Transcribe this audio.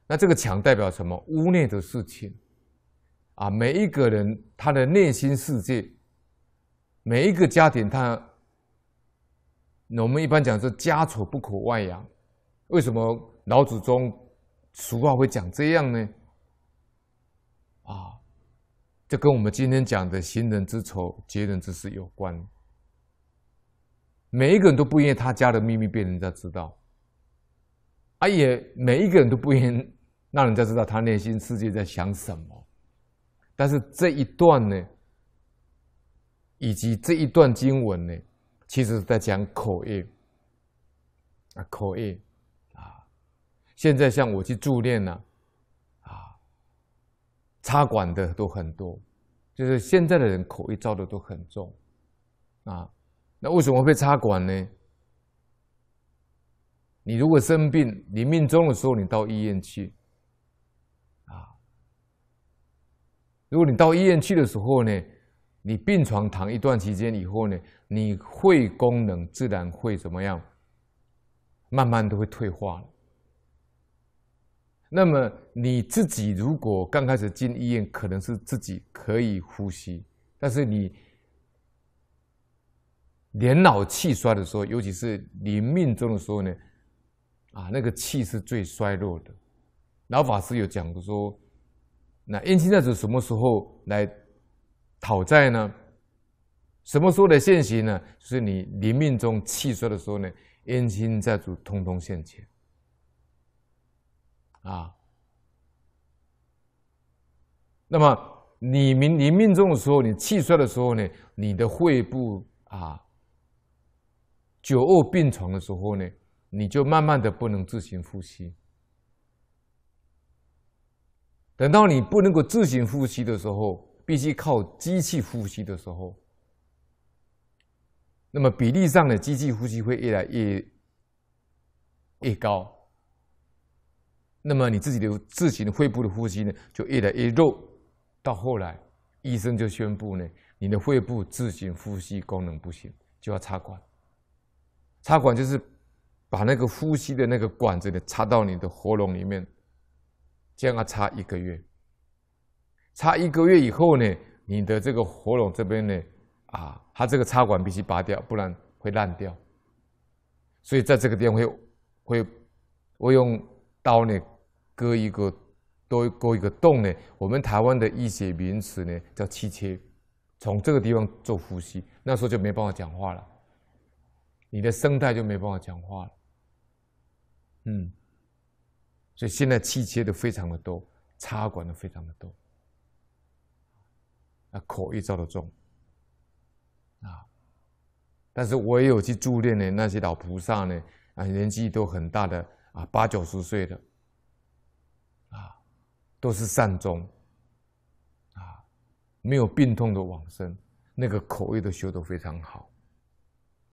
那这个墙代表什么？屋内的事情啊，每一个人他的内心世界，每一个家庭我们一般讲是家丑不可外扬。为什么老祖宗俗话会讲这样呢？啊，这跟我们今天讲的行人之丑，劫人之事有关。每一个人都不愿意他家的秘密被人家知道，也每一个人都不愿意让人家知道他内心世界在想什么。但是这一段呢，以及这一段经文呢，其实是在讲口业口业现在像我去助念插管的都很多，就是现在的人口业造的都很重那为什么会插管呢？你如果生病，你命终的时候，你到医院去如果你到医院去的时候呢，你病床躺一段期间以后呢，你肺功能自然会怎么样？慢慢都会退化了。那么你自己如果刚开始进医院，可能是自己可以呼吸，但是你年老气衰的时候，尤其是临命终的时候呢，那个气是最衰弱的。老法师有讲过说，那冤亲债主什么时候来讨债呢？什么时候来现行呢？就是你临命终气衰的时候呢，冤亲债主通通现前那么你临命终的时候，你气衰的时候呢，你的肺部久卧病床的时候呢，你就慢慢的不能自行呼吸。等到你不能够自行呼吸的时候，必须靠机器呼吸的时候，那么比例上的机器呼吸会越来越高，那么你自己的自行肺部的呼吸呢，就越来越弱。到后来，医生就宣布呢，你的肺部自行呼吸功能不行，就要插管。插管就是把那个呼吸的那个管子呢插到你的喉咙里面，这样要插1个月。插1个月以后呢，你的这个喉咙这边呢，它这个插管必须拔掉，不然会烂掉。所以在这个地方会用刀呢割一个洞呢。我们台湾的医学名词呢叫气切，从这个地方做呼吸，那时候就没办法讲话了，你的声带就没办法讲话了。所以现在气切的非常的多，插管的非常的多，口业造的重但是我也有去助念呢，那些老菩萨呢年纪都很大的80、90岁的都是善终没有病痛的往生，那个口业都修得非常好。